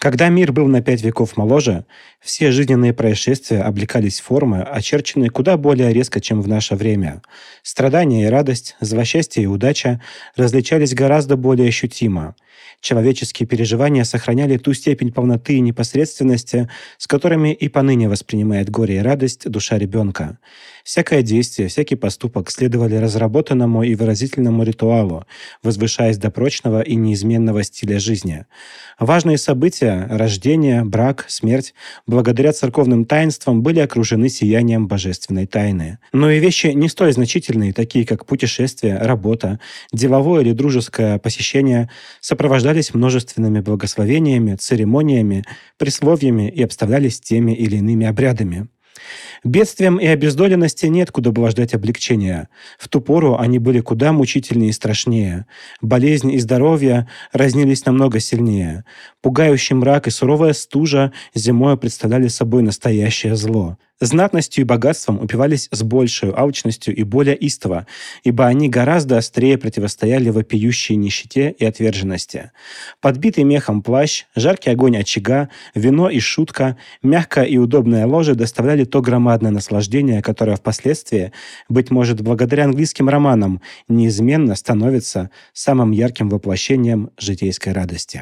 Когда мир был на 5 веков моложе, все жизненные происшествия облекались в формы, очерченные куда более резко, чем в наше время. Страдания и радость, злосчастье и удача различались гораздо более ощутимо. Человеческие переживания сохраняли ту степень полноты и непосредственности, с которыми и поныне воспринимает горе и радость душа ребенка. Всякое действие, всякий поступок следовали разработанному и выразительному ритуалу, возвышаясь до прочного и неизменного стиля жизни. Важные события – рождение, брак, смерть – благодаря церковным таинствам были окружены сиянием божественной тайны. Но и вещи не столь значительные, такие как путешествие, работа, деловое или дружеское посещение, сопровождались множественными благословениями, церемониями, присловиями и обставлялись теми или иными обрядами. Бедствиям и обездоленности неоткуда было ждать облегчения. В ту пору они были куда мучительнее и страшнее. Болезнь и здоровье разнились намного сильнее. Пугающий мрак и суровая стужа зимою представляли собой настоящее зло. Знатностью и богатством упивались с большей алчностью и более истово, ибо они гораздо острее противостояли вопиющей нищете и отверженности. Подбитый мехом плащ, жаркий огонь очага, вино и шутка, мягкое и удобное ложе доставляли то громадное наслаждение, которое впоследствии, быть может, благодаря английским романам, неизменно становится самым ярким воплощением житейской радости.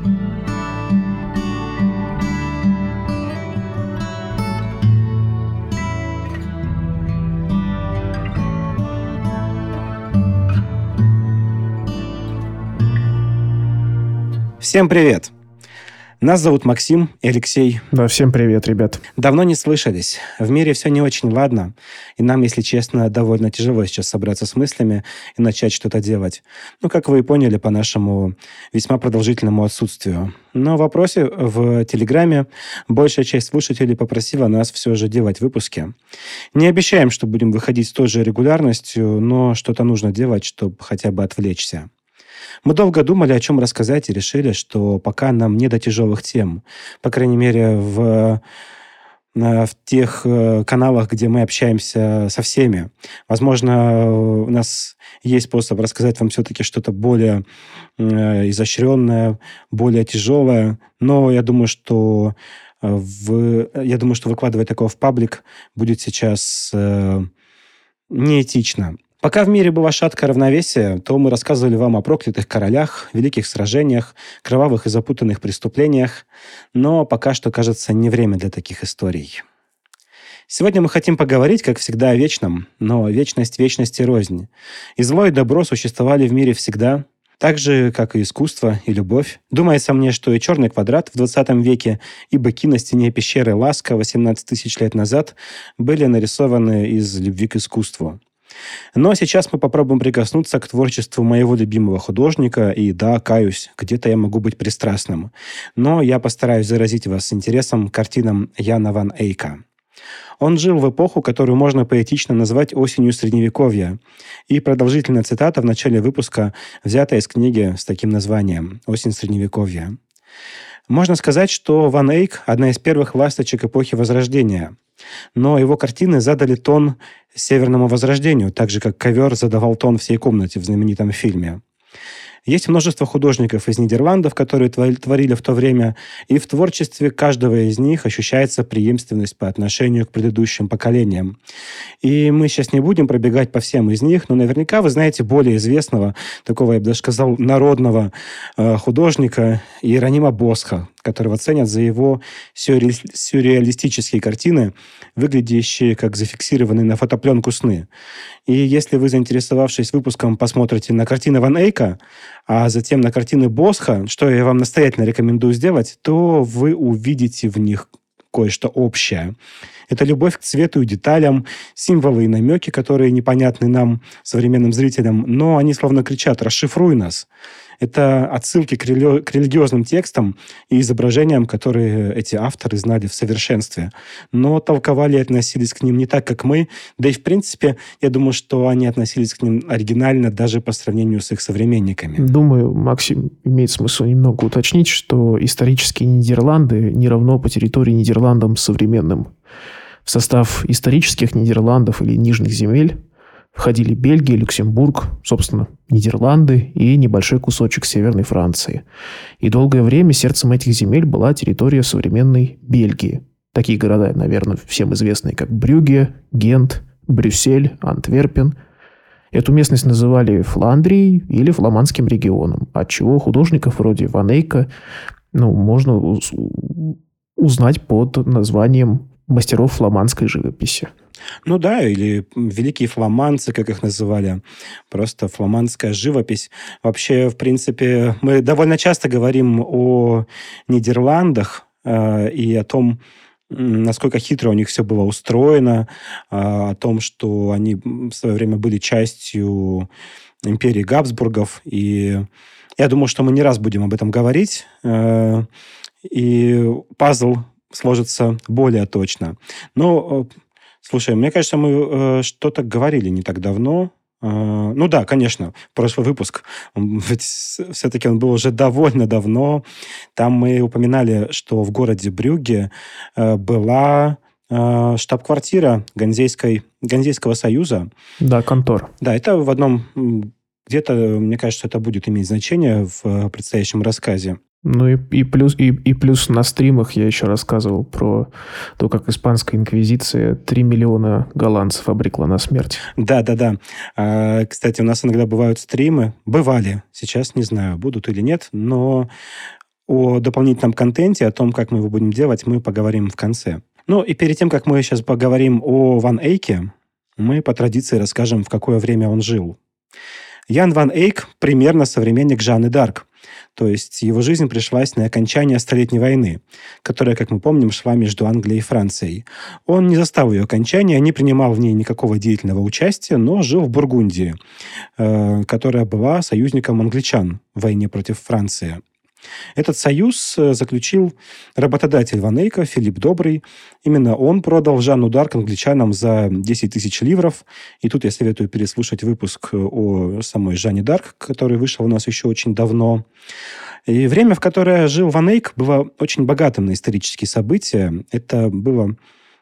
Всем привет! Нас зовут Максим и Алексей. Да, всем привет, ребят. Давно не слышались. В мире все не очень ладно. И нам, если честно, довольно тяжело сейчас собраться с мыслями и начать что-то делать. Как вы и поняли по нашему весьма продолжительному отсутствию. Но в вопросе в Телеграме большая часть слушателей попросила нас все же делать выпуски. Не обещаем, что будем выходить с той же регулярностью, но что-то нужно делать, чтобы хотя бы отвлечься. Мы долго думали, о чем рассказать, и решили, что пока нам не до тяжелых тем. По крайней мере, в тех каналах, где мы общаемся со всеми. Возможно, у нас есть способ рассказать вам все-таки что-то более изощренное, более тяжелое. Но я думаю, что выкладывать такого в паблик будет сейчас неэтично. Пока в мире было шаткое равновесие, то мы рассказывали вам о проклятых королях, великих сражениях, кровавых и запутанных преступлениях, но пока что, кажется, не время для таких историй. Сегодня мы хотим поговорить, как всегда, о вечном, но вечность вечности рознь. И зло, и добро существовали в мире всегда, так же, как и искусство и любовь. Думается мне, что и «Черный квадрат» в 20 веке, и быки на стене пещеры Ласка 18 тысяч лет назад были нарисованы из любви к искусству. Но сейчас мы попробуем прикоснуться к творчеству моего любимого художника, и да, каюсь, где-то я могу быть пристрастным. Но я постараюсь заразить вас интересом к картинам Яна ван Эйка. Он жил в эпоху, которую можно поэтично назвать осенью Средневековья. И продолжительная цитата в начале выпуска взята из книги с таким названием «Осень Средневековья». Можно сказать, что Ван Эйк – одна из первых ласточек эпохи Возрождения. Но его картины задали тон Северному Возрождению, так же, как ковер задавал тон всей комнате в знаменитом фильме. Есть множество художников из Нидерландов, которые творили в то время, и в творчестве каждого из них ощущается преемственность по отношению к предыдущим поколениям. И мы сейчас не будем пробегать по всем из них, но наверняка вы знаете более известного, такого, я бы даже сказал, народного художника Иеронима Босха, которого ценят за его сюрреалистические картины, выглядящие как зафиксированные на фотопленку сны. И если вы, заинтересовавшись выпуском, посмотрите на картины Ван Эйка, а затем на картины Босха, что я вам настоятельно рекомендую сделать, то вы увидите в них кое-что общее. Это любовь к цвету и деталям, символы и намеки, которые непонятны нам, современным зрителям, но они словно кричат «расшифруй нас». Это отсылки к религиозным текстам и изображениям, которые эти авторы знали в совершенстве. Но толковали и относились к ним не так, как мы. Да и, в принципе, я думаю, что они относились к ним оригинально даже по сравнению с их современниками. Думаю, Максим, имеет смысл немного уточнить, что исторические Нидерланды не равно по территории Нидерландам современным. В состав исторических Нидерландов или Нижних земель Входили Бельгия, Люксембург, собственно, Нидерланды и небольшой кусочек Северной Франции. И долгое время сердцем этих земель была территория современной Бельгии. Такие города, наверное, всем известные, как Брюгге, Гент, Брюссель, Антверпен. Эту местность называли Фландрией или Фламандским регионом, отчего художников вроде Ван Эйка можно узнать под названием мастеров фламандской живописи. Ну да, или великие фламандцы, как их называли. Просто фламандская живопись. Вообще, в принципе, мы довольно часто говорим о Нидерландах и о том, насколько хитро у них все было устроено, о том, что они в свое время были частью империи Габсбургов. И я думаю, что мы не раз будем об этом говорить. И пазл сложится более точно. Но, слушай, мне кажется, мы что-то говорили не так давно. Ну да, конечно, прошлый выпуск, ведь все-таки он был уже довольно давно. Там мы упоминали, что в городе Брюгге была штаб-квартира Ганзейского союза. Да, контора. Да, это в одном... Где-то, мне кажется, это будет иметь значение в предстоящем рассказе. Ну и плюс на стримах я еще рассказывал про то, как испанская инквизиция 3 миллиона голландцев обрекла на смерть. Да. Кстати, у нас иногда бывают стримы. Бывали. Сейчас не знаю, будут или нет, но о дополнительном контенте, о том, как мы его будем делать, мы поговорим в конце. Ну и перед тем, как мы сейчас поговорим о Ван Эйке, мы по традиции расскажем, в какое время он жил. Ян Ван Эйк примерно современник Жанны д'Арк. То есть его жизнь пришлась на окончание Столетней войны, которая, как мы помним, шла между Англией и Францией. Он не застал ее окончания, не принимал в ней никакого деятельного участия, но жил в Бургундии, которая была союзником англичан в войне против Франции. Этот союз заключил работодатель Ван Эйка Филипп Добрый. Именно он продал Жанну д'Арк англичанам за 10 тысяч ливров. И тут я советую переслушать выпуск о самой Жанне д'Арк, который вышел у нас еще очень давно. И время, в которое жил Ван Эйк, было очень богатым на исторические события. Это было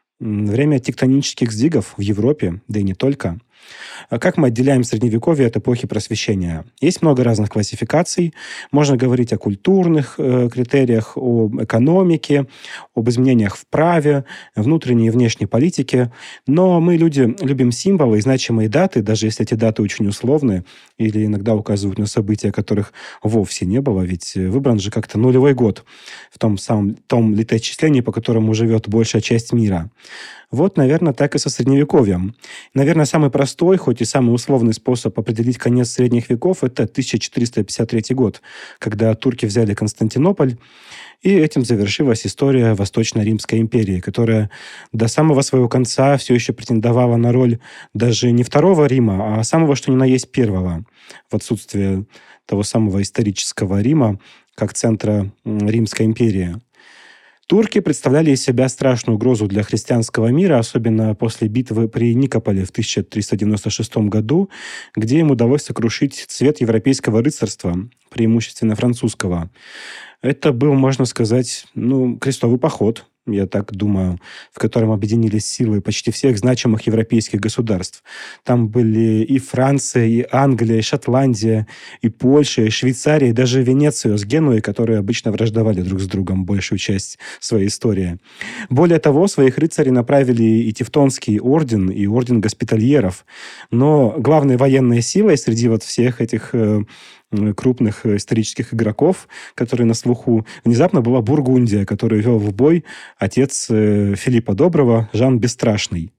время тектонических сдвигов в Европе, да и не только. Как мы отделяем Средневековье от эпохи Просвещения? Есть много разных классификаций. Можно говорить о культурных критериях, об экономике, об изменениях в праве, внутренней и внешней политике. Но мы, люди, любим символы и значимые даты, даже если эти даты очень условны или иногда указывают на события, которых вовсе не было, ведь выбран же как-то нулевой год в том летоисчислении, по которому живет большая часть мира. Вот, наверное, так и со Средневековьем. Наверное, самый простой, хоть и самый условный способ определить конец Средних веков – это 1453 год, когда турки взяли Константинополь, и этим завершилась история Восточно-Римской империи, которая до самого своего конца все еще претендовала на роль даже не Второго Рима, а самого, что ни на есть, Первого, в отсутствие того самого исторического Рима, как центра Римской империи. Турки представляли из себя страшную угрозу для христианского мира, особенно после битвы при Никополе в 1396 году, где им удалось сокрушить цвет европейского рыцарства, преимущественно французского. Это был, можно сказать, крестовый поход, я так думаю, в котором объединились силы почти всех значимых европейских государств. Там были и Франция, и Англия, и Шотландия, и Польша, и Швейцария, и даже Венеция с Генуей, которые обычно враждовали друг с другом большую часть своей истории. Более того, своих рыцарей направили и Тевтонский орден, и орден госпитальеров. Но главной военной силой среди вот всех этих крупных исторических игроков, которые на слуху, внезапно была Бургундия, которую вел в бой отец Филиппа Доброго, Жан Бесстрашный.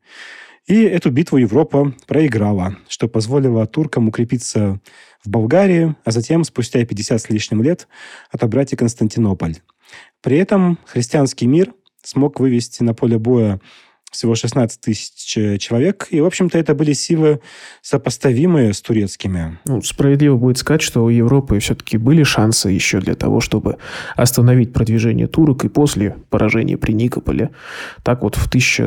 И эту битву Европа проиграла, что позволило туркам укрепиться в Болгарии, а затем, спустя 50 с лишним лет, отобрать и Константинополь. При этом христианский мир смог вывести на поле боя всего 16 тысяч человек. И, в общем-то, это были силы, сопоставимые с турецкими. Справедливо будет сказать, что у Европы все-таки были шансы еще для того, чтобы остановить продвижение турок и после поражения при Никополе. Так вот, в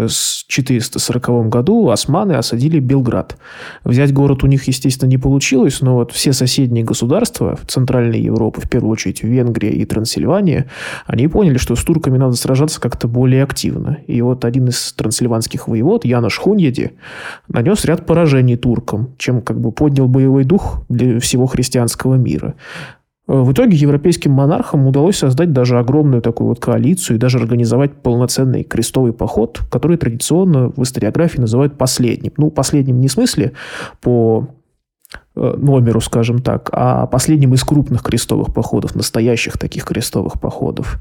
1440 году османы осадили Белград. Взять город у них, естественно, не получилось, но вот все соседние государства Центральной Европы, в первую очередь Венгрия и Трансильвания, они поняли, что с турками надо сражаться как-то более активно. И вот один из трансильванских трансильванских воевод Янош Хуньяди нанес ряд поражений туркам, чем как бы поднял боевой дух для всего христианского мира. В итоге европейским монархам удалось создать даже огромную такую вот коалицию и даже организовать полноценный крестовый поход, который традиционно в историографии называют последним. Ну, последним не в смысле по номеру, скажем так, а последним из крупных крестовых походов, настоящих таких крестовых походов.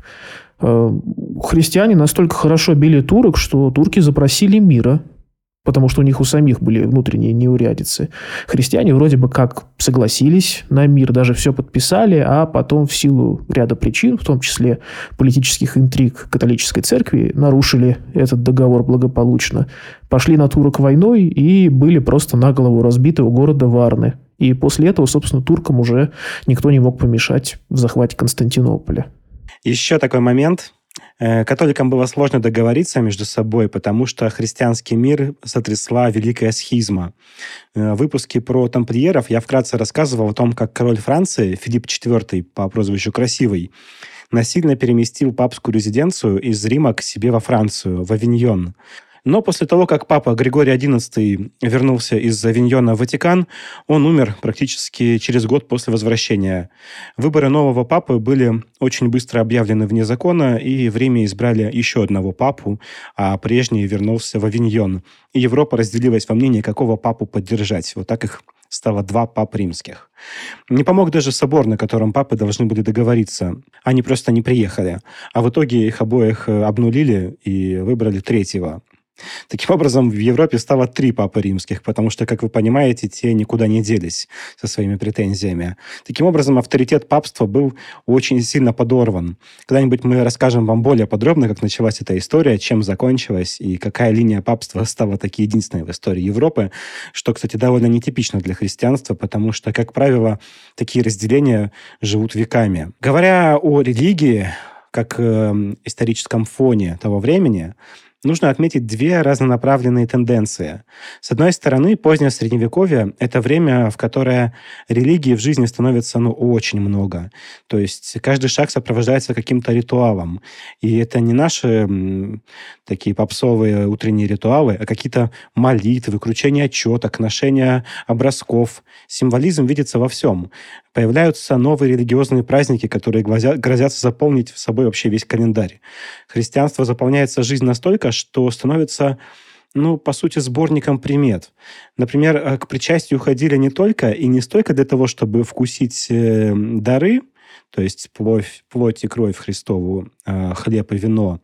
Христиане настолько хорошо били турок, что турки запросили мира, потому что у них у самих были внутренние неурядицы. Христиане вроде бы как согласились на мир, даже все подписали, а потом в силу ряда причин, в том числе политических интриг католической церкви, нарушили этот договор благополучно. Пошли на турок войной и были просто на голову разбиты у города Варны. И после этого, собственно, туркам уже никто не мог помешать в захвате Константинополя. Еще такой момент. Католикам было сложно договориться между собой, потому что христианский мир сотрясла Великая Схизма. В выпуске про тамплиеров я вкратце рассказывал о том, как король Франции Филипп IV по прозвищу Красивый насильно переместил папскую резиденцию из Рима к себе во Францию, в Авиньон. Но после того, как папа Григорий XI вернулся из Авиньона в Ватикан, он умер практически через год после возвращения. Выборы нового папы были очень быстро объявлены вне закона, и в Риме избрали еще одного папу, а прежний вернулся в Авиньон. И Европа разделилась во мнении, какого папу поддержать. Вот так их стало 2 пап римских. Не помог даже собор, на котором папы должны были договориться. Они просто не приехали. А в итоге их обоих обнулили и выбрали 3-го. Таким образом, в Европе стало 3 папы римских, потому что, как вы понимаете, те никуда не делись со своими претензиями. Таким образом, авторитет папства был очень сильно подорван. Когда-нибудь мы расскажем вам более подробно, как началась эта история, чем закончилась и какая линия папства стала таки единственной в истории Европы, что, кстати, довольно нетипично для христианства, потому что, как правило, такие разделения живут веками. Говоря о религии, как историческом фоне того времени, нужно отметить 2 разнонаправленные тенденции. С одной стороны, позднее Средневековье – это время, в которое религии в жизни становится очень много. То есть каждый шаг сопровождается каким-то ритуалом. И это не наши такие попсовые утренние ритуалы, а какие-то молитвы, кручение четок, ношение образков. Символизм видится во всем. Появляются новые религиозные праздники, которые грозятся заполнить собой вообще весь календарь. Христианство заполняется жизнь настолько, что становится, по сути, сборником примет. Например, к причастию ходили не только и не столько для того, чтобы вкусить дары, то есть плоть и кровь Христову, хлеб и вино,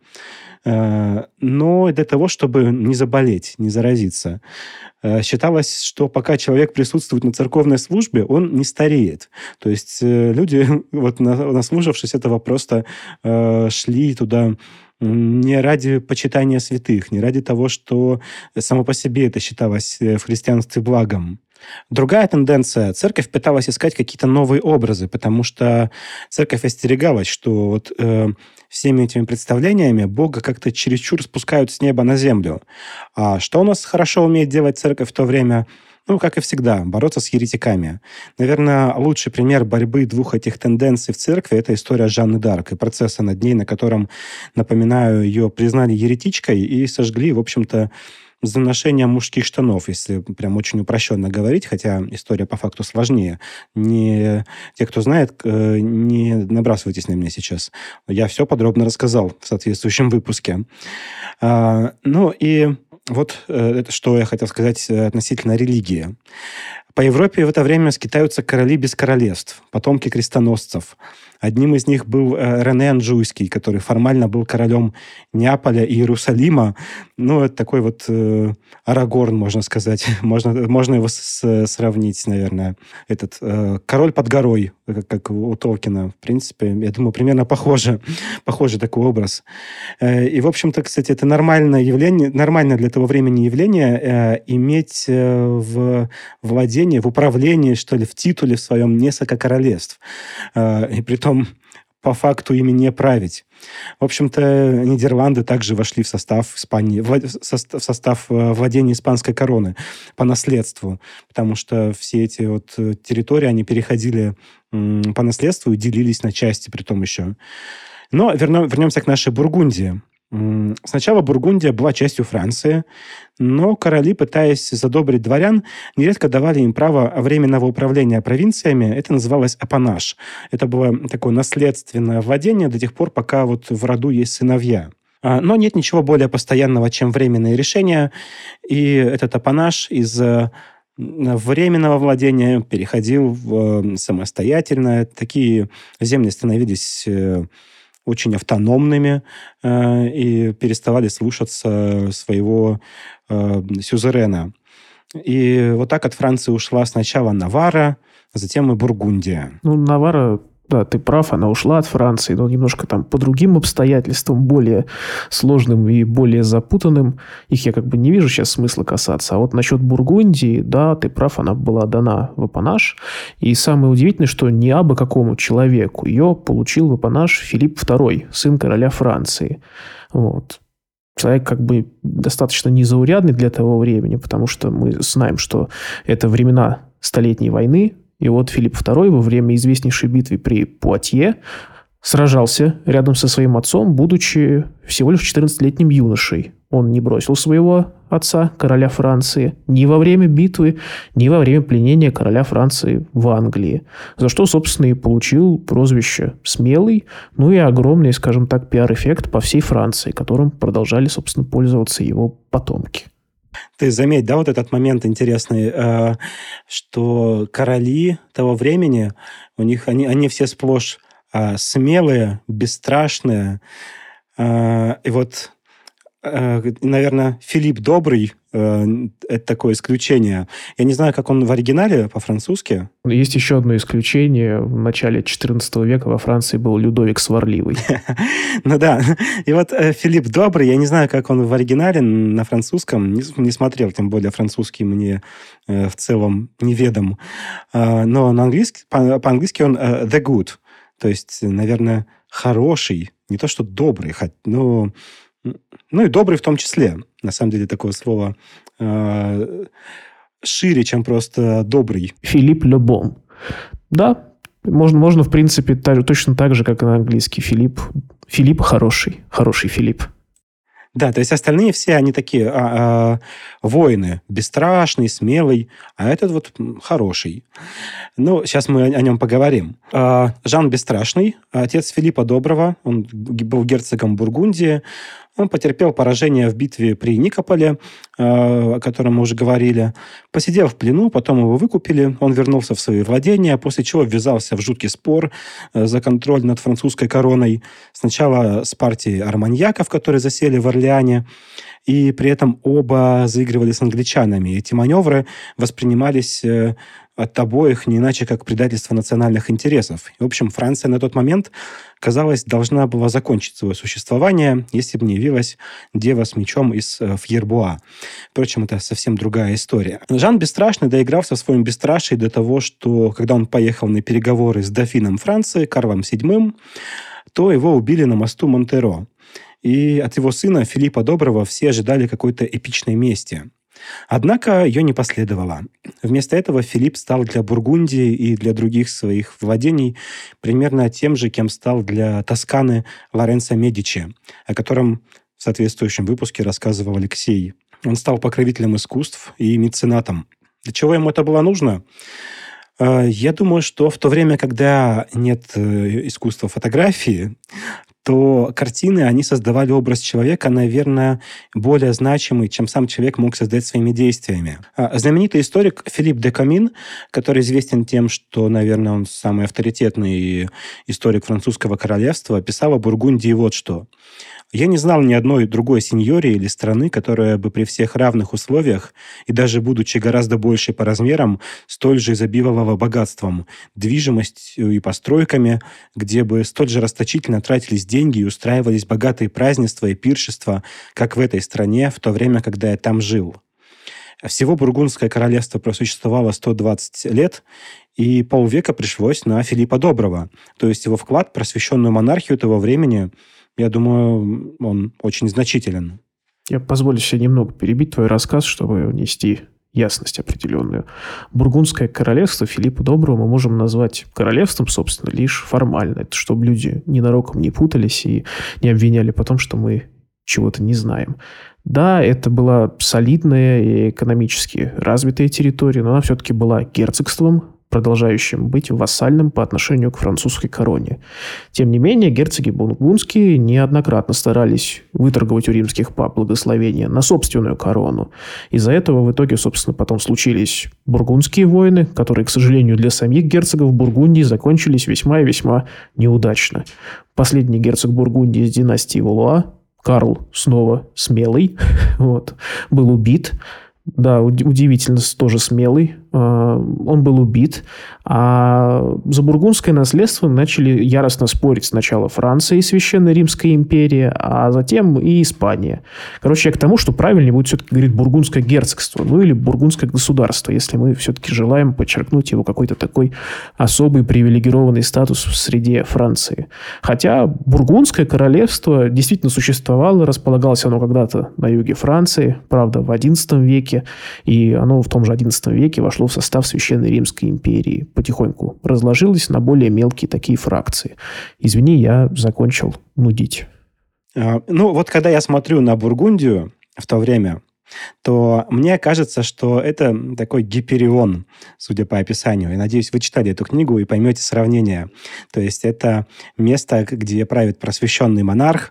но для того, чтобы не заболеть, не заразиться. Считалось, что пока человек присутствует на церковной службе, он не стареет. То есть люди, наслушавшись этого, просто шли туда не ради почитания святых, не ради того, что само по себе это считалось в христианстве благом. Другая тенденция. Церковь пыталась искать какие-то новые образы, потому что церковь остерегалась, что всеми этими представлениями Бога как-то чересчур спускают с неба на землю. А что у нас хорошо умеет делать церковь в то время? Как и всегда, бороться с еретиками. Наверное, лучший пример борьбы 2 этих тенденций в церкви – это история Жанны д'Арк и процесса над ней, на котором, напоминаю, ее признали еретичкой и сожгли, в общем-то, за ношение мужских штанов, если прям очень упрощенно говорить, хотя история по факту сложнее. Те, кто знает, не набрасывайтесь на меня сейчас. Я все подробно рассказал в соответствующем выпуске. Это что я хотел сказать относительно религии. По Европе в это время скитаются короли без королевств, потомки крестоносцев. Одним из них был Рене Анжуйский, который формально был королем Неаполя и Иерусалима. Это такой Арагорн, можно сказать. Можно его сравнить, наверное. Этот король под горой, как у Толкина. В принципе, я думаю, примерно похожий такой образ. И, в общем-то, кстати, это нормальное для того времени явление иметь в владении, в управлении, что ли, в титуле в своем несколько королевств. И притом по факту ими не править. В общем-то, Нидерланды также вошли в состав Испании, в состав владения испанской короны по наследству, потому что все эти территории, они переходили по наследству и делились на части, притом еще. Но вернемся к нашей Бургундии. Сначала Бургундия была частью Франции, но короли, пытаясь задобрить дворян, нередко давали им право временного управления провинциями. Это называлось апанаж. Это было такое наследственное владение до тех пор, пока вот в роду есть сыновья. Но нет ничего более постоянного, чем временные решения. И этот апанаж из временного владения переходил в самостоятельное. Такие земли становились очень автономными и переставали слушаться своего сюзерена. И вот так от Франции ушла сначала Наварра, затем и Бургундия. Наварра, да, ты прав, она ушла от Франции, но немножко там по другим обстоятельствам, более сложным и более запутанным. Их я как бы не вижу сейчас смысла касаться. А вот насчет Бургундии, да, ты прав, она была дана в апанаж. И самое удивительное, что не абы какому человеку ее получил в апанаж Филипп II, сын короля Франции. Вот. Человек как бы достаточно незаурядный для того времени, потому что мы знаем, что это времена Столетней войны. И вот Филипп II во время известнейшей битвы при Пуатье сражался рядом со своим отцом, будучи всего лишь 14-летним юношей. Он не бросил своего отца, короля Франции, ни во время битвы, ни во время пленения короля Франции в Англии. За что, собственно, и получил прозвище «Смелый», ну и огромный, скажем так, пиар-эффект по всей Франции, которым продолжали, собственно, пользоваться его потомки. Ты заметь, да, вот этот момент интересный, что короли того времени, они все сплошь смелые, бесстрашные. И вот, наверное, Филипп Добрый это такое исключение. Я не знаю, как он в оригинале по-французски. Есть еще одно исключение. В начале XIV века во Франции был Людовик Сварливый. Ну да. И вот Филипп Добрый, я не знаю, как он в оригинале на французском, не смотрел, тем более французский мне в целом неведом. Но по-английски он the good. То есть, наверное, хороший. Не то, что добрый, но... Ну и добрый в том числе. На самом деле такое слово шире, чем просто добрый. Филипп Le Bon. Да, можно в принципе точно так же, как и на английский. Филипп хороший. Хороший Филипп. Да, то есть остальные все, они такие воины. Бесстрашный, смелый. А этот вот хороший. Ну, сейчас мы о нем поговорим. Жан Бесстрашный, отец Филиппа Доброго. Он был герцогом Бургундии. Он потерпел поражение в битве при Никополе, о котором мы уже говорили. Посидел в плену, потом его выкупили. Он вернулся в свои владения, после чего ввязался в жуткий спор за контроль над французской короной. Сначала с партией арманьяков, которые засели в Орлеане, и при этом оба заигрывали с англичанами. Эти маневры воспринимались от обоих не иначе, как предательство национальных интересов. И, в общем, Франция на тот момент, казалось, должна была закончить свое существование, если бы не явилась дева с мечом из Фьербуа. Впрочем, это совсем другая история. Жан Бесстрашный доигрался в своем бесстрашии до того, что, когда он поехал на переговоры с дофином Франции, Карлом VII, то его убили на мосту Монтеро. И от его сына Филиппа Доброго все ожидали какой-то эпичной мести. Однако ее не последовало. Вместо этого Филипп стал для Бургундии и для других своих владений примерно тем же, кем стал для Тосканы Лоренцо Медичи, о котором в соответствующем выпуске рассказывал Алексей. Он стал покровителем искусств и меценатом. Для чего ему это было нужно? Я думаю, что в то время, когда нет искусства фотографии, то картины, они создавали образ человека, наверное, более значимый, чем сам человек мог создать своими действиями. Знаменитый историк Филипп де Камин, который известен тем, что, наверное, он самый авторитетный историк французского королевства, писал о Бургундии вот что. «Я не знал ни одной другой сеньории или страны, которая бы при всех равных условиях и даже будучи гораздо больше по размерам, столь же изобиловала богатством, движимостью и постройками, где бы столь же расточительно тратились деньги и устраивались богатые празднества и пиршества, как в этой стране в то время, когда я там жил». Всего Бургундское королевство просуществовало 120 лет, и полвека пришлось на Филиппа Доброго. То есть его вклад в просвещенную монархию того времени, я думаю, он очень значителен. Я позволю себе немного перебить твой рассказ, чтобы внести ясность определенную. Бургундское королевство Филиппа Доброго мы можем назвать королевством, собственно, лишь формально. Это чтобы люди ненароком не путались и не обвиняли потом, что мы чего-то не знаем. Да, это была солидная и экономически развитая территория, но она все-таки была герцогством, продолжающим быть вассальным по отношению к французской короне. Тем не менее, герцоги бургундские неоднократно старались выторговать у римских пап благословение на собственную корону. Из-за этого в итоге, собственно, потом случились бургундские войны, которые, к сожалению, для самих герцогов Бургундии закончились весьма и весьма неудачно. Последний герцог Бургундии из династии Валуа, Карл снова смелый, был убит. Да, удивительно, тоже смелый. Он был убит. А за бургундское наследство начали яростно спорить сначала Франция и Священная Римская империя, а затем и Испания. Короче, я к тому, что правильнее будет все-таки говорить бургундское герцогство, или бургундское государство, если мы все-таки желаем подчеркнуть его какой-то такой особый привилегированный статус в среде Франции. Хотя бургундское королевство действительно существовало, располагалось оно когда-то на юге Франции, правда, в XI веке, и оно в том же XI веке вошло в состав Священной Римской империи. Потихоньку разложилось на более мелкие такие фракции. Извини, я закончил нудить. Когда я смотрю на Бургундию в то время, то мне кажется, что это такой Гиперион, судя по описанию. Я надеюсь, вы читали эту книгу и поймете сравнение. То есть это место, где правит просвещенный монарх,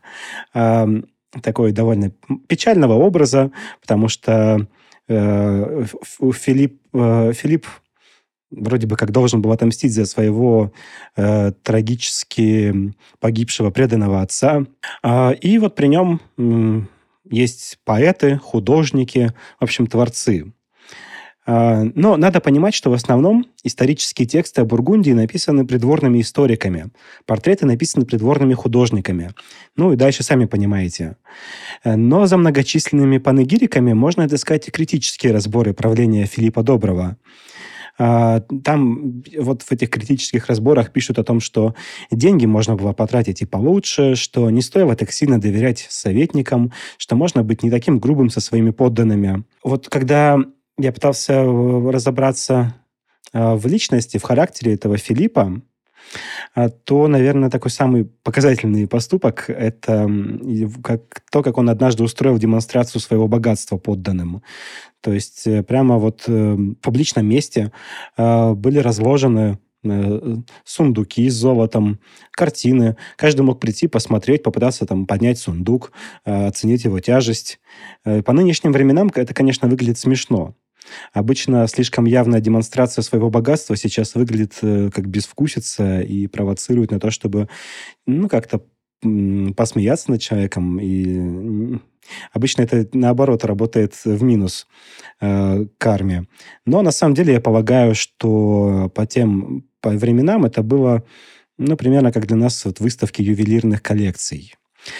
такой довольно печального образа, потому что Филипп вроде бы как должен был отомстить за своего трагически погибшего преданного отца. И вот при нем есть поэты, художники, в общем, творцы. Но надо понимать, что в основном исторические тексты о Бургундии написаны придворными историками, портреты написаны придворными художниками. И дальше сами понимаете. Но за многочисленными панегириками можно отыскать и критические разборы правления Филиппа Доброго. Там вот в этих критических разборах пишут о том, что деньги можно было потратить и получше, что не стоило так сильно доверять советникам, что можно быть не таким грубым со своими подданными. Вот когда я пытался разобраться в личности, в характере этого Филиппа, то, наверное, такой самый показательный поступок – это как он однажды устроил демонстрацию своего богатства подданным. То есть прямо в публичном месте были разложены сундуки с золотом, картины. Каждый мог прийти, посмотреть, попытаться поднять сундук, оценить его тяжесть. По нынешним временам это, конечно, выглядит смешно. Обычно слишком явная демонстрация своего богатства сейчас выглядит как безвкусица и провоцирует на то, чтобы как-то посмеяться над человеком. И обычно это, наоборот, работает в минус карме. Но на самом деле я полагаю, что по временам это было примерно как для нас выставки ювелирных коллекций.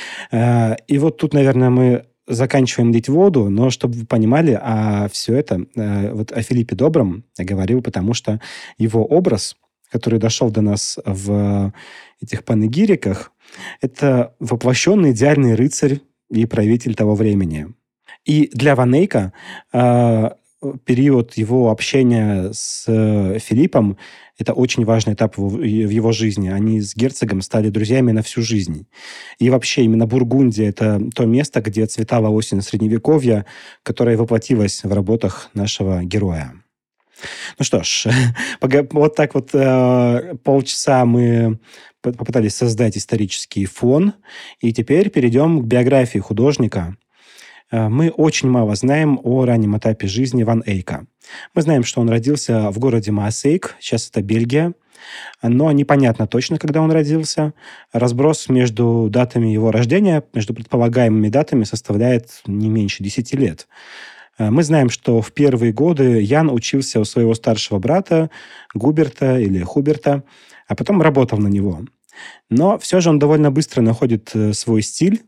И вот тут, наверное, мы заканчиваем лить воду, но чтобы вы понимали, все это, о Филиппе Добром я говорил, потому что его образ, который дошел до нас в этих панегириках, это воплощенный идеальный рыцарь и правитель того времени. И для Ван Эйка период его общения с Филиппом – это очень важный этап в его жизни. Они с герцогом стали друзьями на всю жизнь. И вообще именно Бургундия – это то место, где цветала осень Средневековья, которая воплотилась в работах нашего героя. Ну что ж, вот так полчаса мы попытались создать исторический фон, и теперь перейдем к биографии художника. Мы очень мало знаем о раннем этапе жизни Ван Эйка. Мы знаем, что он родился в городе Маасейк, сейчас это Бельгия, но непонятно точно, когда он родился. Разброс между датами его рождения, между предполагаемыми датами составляет не меньше 10 лет. Мы знаем, что в первые годы Ян учился у своего старшего брата Губерта или Хуберта, а потом работал на него. Но все же он довольно быстро находит свой стиль,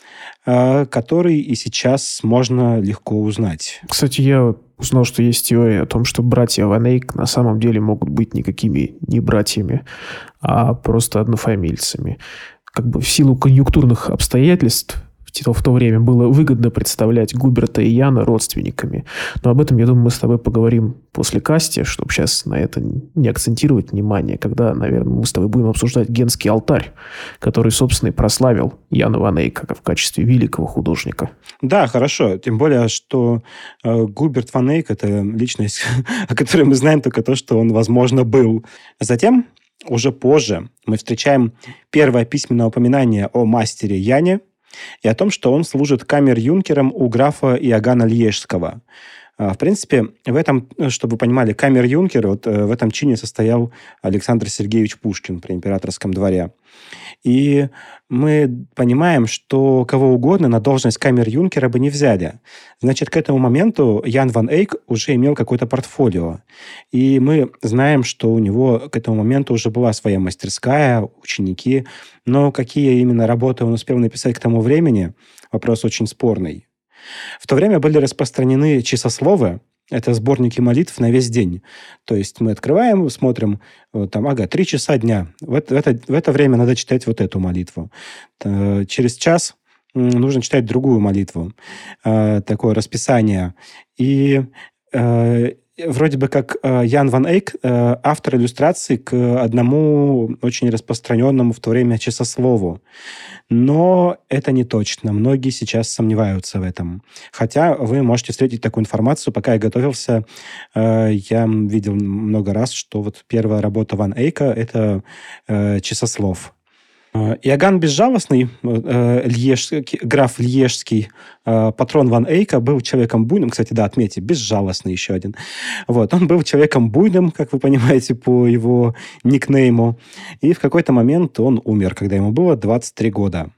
который и сейчас можно легко узнать. Кстати, я узнал, что есть теория о том, что братья Ван Эйк на самом деле могут быть никакими не братьями, а просто однофамильцами. В силу конъюнктурных обстоятельств в то время было выгодно представлять Губерта и Яна родственниками. Но об этом, я думаю, мы с тобой поговорим после касти, чтобы сейчас на это не акцентировать внимание, когда, наверное, мы с тобой будем обсуждать Генский алтарь, который, собственно, и прославил Яна ван Эйка в качестве великого художника. Да, хорошо. Тем более, что Губерт ван Эйк – это личность, о которой мы знаем только то, что он, возможно, был. Затем, уже позже, мы встречаем первое письменное упоминание о мастере Яне и о том, что он служит камер-юнкером у графа Иоганна Льежского. В принципе, в этом, чтобы вы понимали, камер-юнкер, вот в этом чине состоял Александр Сергеевич Пушкин при императорском дворе. И мы понимаем, что кого угодно на должность камер-юнкера бы не взяли. Значит, к этому моменту Ян ван Эйк уже имел какое-то портфолио. И мы знаем, что у него к этому моменту уже была своя мастерская, ученики. Но какие именно работы он успел написать к тому времени, вопрос очень спорный. В то время были распространены часословы, это сборники молитв на весь день. То есть мы открываем, смотрим, там, 3 часа дня. В это время надо читать вот эту молитву. Через час нужно читать другую молитву. Такое расписание. И вроде бы как Ян ван Эйк автор иллюстрации к одному очень распространенному в то время часослову. Но это не точно. Многие сейчас сомневаются в этом. Хотя вы можете встретить такую информацию. Пока я готовился, я видел много раз, что вот первая работа Ван Эйка – это часослов. Иоганн Безжалостный, граф Льежский, патрон Ван Эйка, был человеком буйным. Кстати, да, отметьте, безжалостный еще один. Вот, он был человеком буйным, как вы понимаете, по его никнейму. И в какой-то момент он умер, когда ему было 23 года.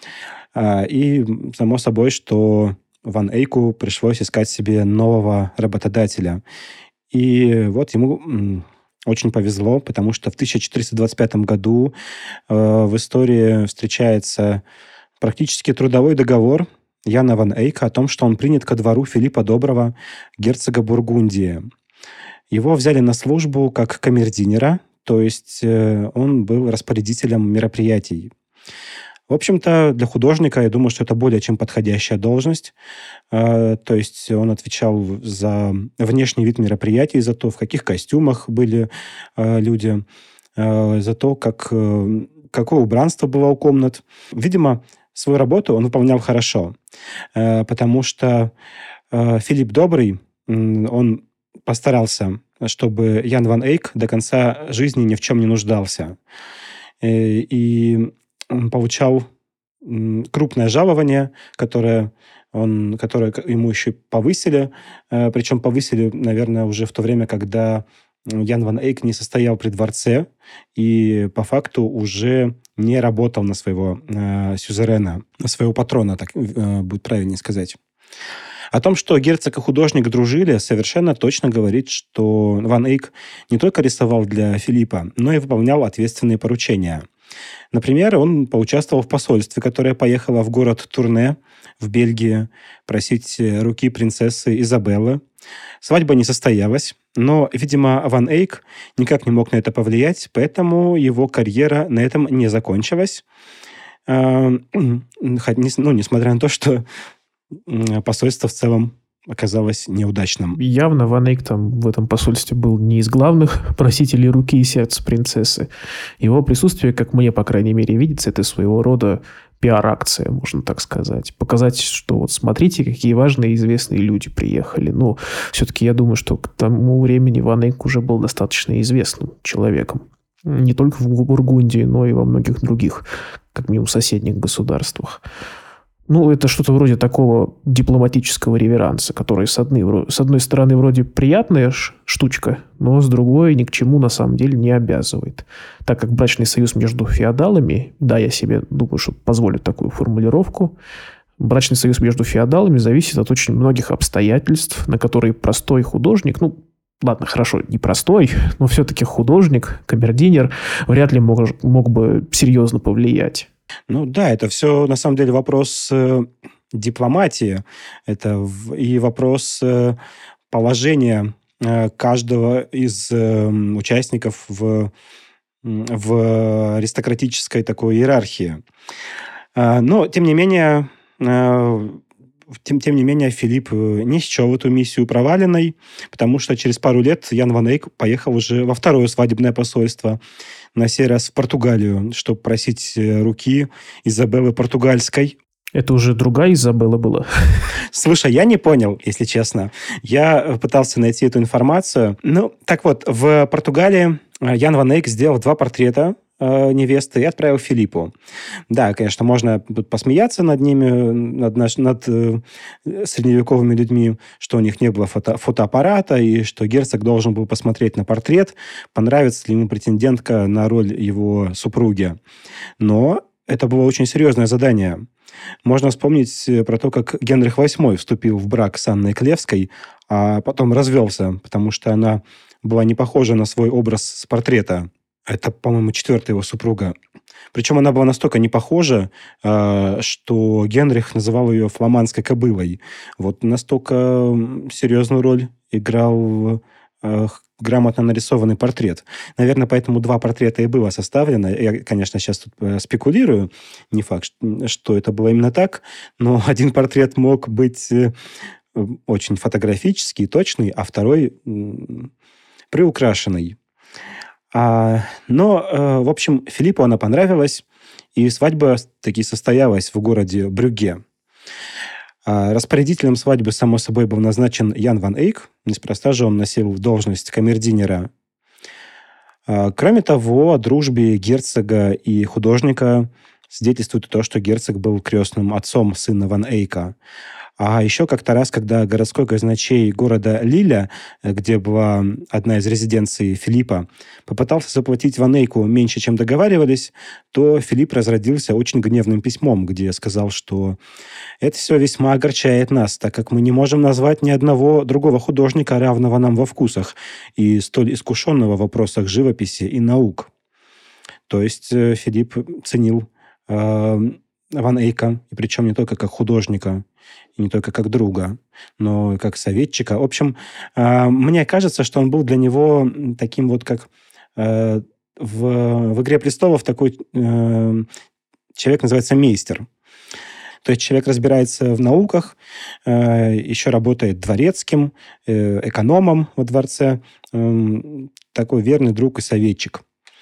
И, само собой, что Ван Эйку пришлось искать себе нового работодателя. И вот ему очень повезло, потому что в 1425 году в истории встречается практически трудовой договор Яна ван Эйка о том, что он принят ко двору Филиппа Доброго, герцога Бургундии. Его взяли на службу как камердинера, то есть он был распорядителем мероприятий. В общем-то, для художника, я думаю, что это более чем подходящая должность. То есть он отвечал за внешний вид мероприятий, за то, в каких костюмах были люди, за то, какое убранство было у комнат. Видимо, свою работу он выполнял хорошо, потому что Филипп Добрый, он постарался, чтобы Ян ван Эйк до конца жизни ни в чем не нуждался. И он получал крупное жалование, которое ему еще повысили. Причем повысили, наверное, уже в то время, когда Ян ван Эйк не состоял при дворце и по факту уже не работал на своего сюзерена, на своего патрона, так будет правильнее сказать. О том, что герцог и художник дружили, совершенно точно говорит, что Ван Эйк не только рисовал для Филиппа, но и выполнял ответственные поручения. Например, он поучаствовал в посольстве, которое поехало в город Турне в Бельгии просить руки принцессы Изабеллы. Свадьба не состоялась, но, видимо, Ван Эйк никак не мог на это повлиять, поэтому его карьера на этом не закончилась. Несмотря на то, что посольство в целом оказалось неудачным. Явно Ван Эйк там в этом посольстве был не из главных просителей руки и сердца принцессы. Его присутствие, как мне, по крайней мере, видится, это своего рода пиар-акция, можно так сказать. Показать, что вот смотрите, какие важные и известные люди приехали. Но все-таки я думаю, что к тому времени Ван Эйк уже был достаточно известным человеком. Не только в Бургундии, но и во многих других, как минимум, соседних государствах. Это что-то вроде такого дипломатического реверанса, который с одной стороны вроде приятная штучка, но с другой ни к чему на самом деле не обязывает. Так как брачный союз между феодалами, да, я себе думаю, что позволю такую формулировку, брачный союз между феодалами зависит от очень многих обстоятельств, на которые простой художник, ладно, хорошо, не простой, но все-таки художник, камердинер вряд ли мог бы серьезно повлиять. Да, это все на самом деле вопрос дипломатии. Это и вопрос положения каждого из участников в аристократической такой иерархии. Но, тем не менее, тем не менее, Филипп не счел эту миссию проваленной, потому что через пару лет Ян ван Эйк поехал уже во второе свадебное посольство, на сей раз в Португалию, чтобы просить руки Изабеллы Португальской. Это уже другая Изабелла была? Слушай, я не понял, если честно. Я пытался найти эту информацию. Ну, так вот, в Португалии Ян ван Эйк сделал 2 портрета невесты и отправил Филиппу. Да, конечно, можно тут посмеяться над ними, над средневековыми людьми, что у них не было фотоаппарата, и что герцог должен был посмотреть на портрет, понравится ли ему претендентка на роль его супруги. Но это было очень серьезное задание. Можно вспомнить про то, как Генрих VIII вступил в брак с Анной Клевской, а потом развелся, потому что она была не похожа на свой образ с портрета. Это, по-моему, 4-я его супруга. Причем она была настолько не похожа, что Генрих называл ее фламандской кобылой. Вот настолько серьезную роль играл грамотно нарисованный портрет. Наверное, поэтому 2 портрета и было составлено. Я, конечно, сейчас тут спекулирую. Не факт, что это было именно так, но один портрет мог быть очень фотографический, точный, а второй приукрашенный. В общем, Филиппу она понравилась, и свадьба таки состоялась в городе Брюгге. Распорядителем свадьбы, само собой, был назначен Ян ван Эйк. Неспроста же он носил должность камердинера. Кроме того, о дружбе герцога и художника свидетельствует то, что герцог был крестным отцом сына ван Эйка. А еще как-то раз, когда городской казначей города Лиля, где была одна из резиденций Филиппа, попытался заплатить ван Эйку меньше, чем договаривались, то Филипп разродился очень гневным письмом, где сказал, что это все весьма огорчает нас, так как мы не можем назвать ни одного другого художника, равного нам во вкусах и столь искушенного в вопросах живописи и наук. То есть Филипп ценил ван Эйка, и причем не только как художника, и не только как друга, но и как советчика. В общем, мне кажется, что он был для него таким вот, как в «Игре престолов» такой человек называется мейстер. То есть человек разбирается в науках, еще работает дворецким, экономом во дворце, такой верный друг и советчик.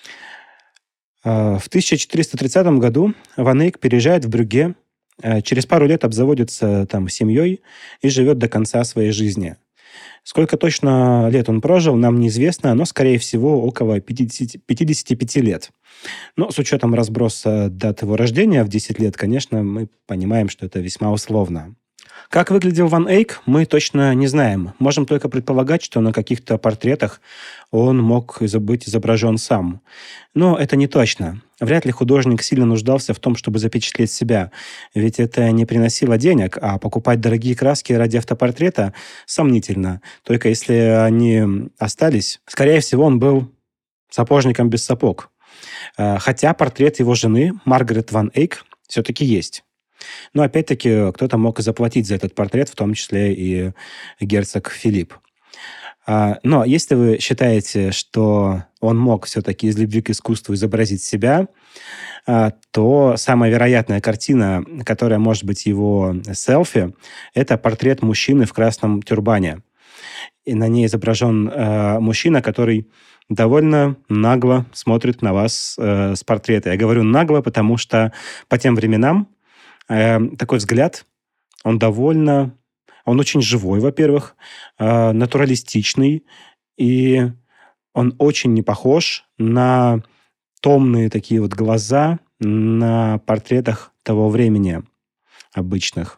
В 1430 году ван Эйк переезжает в Брюгге, через пару лет обзаводится там семьей и живет до конца своей жизни. Сколько точно лет он прожил, нам неизвестно, но, скорее всего, около 55 лет. Но с учетом разброса дат его рождения в 10 лет, конечно, мы понимаем, что это весьма условно. Как выглядел ван Эйк, мы точно не знаем. Можем только предполагать, что на каких-то портретах он мог быть изображен сам. Но это не точно. Вряд ли художник сильно нуждался в том, чтобы запечатлеть себя. Ведь это не приносило денег, а покупать дорогие краски ради автопортрета сомнительно. Только если они остались, скорее всего, он был сапожником без сапог. Хотя портрет его жены, Маргарет ван Эйк, все-таки есть. Но, опять-таки, кто-то мог и заплатить за этот портрет, в том числе и герцог Филипп. Но если вы считаете, что он мог все-таки из любви к искусству изобразить себя, то самая вероятная картина, которая может быть его селфи, это портрет мужчины в красном тюрбане. И на ней изображен мужчина, который довольно нагло смотрит на вас с портрета. Я говорю нагло, потому что по тем временам такой взгляд, он очень живой, во-первых, натуралистичный, и он очень не похож на томные такие вот глаза на портретах того времени обычных.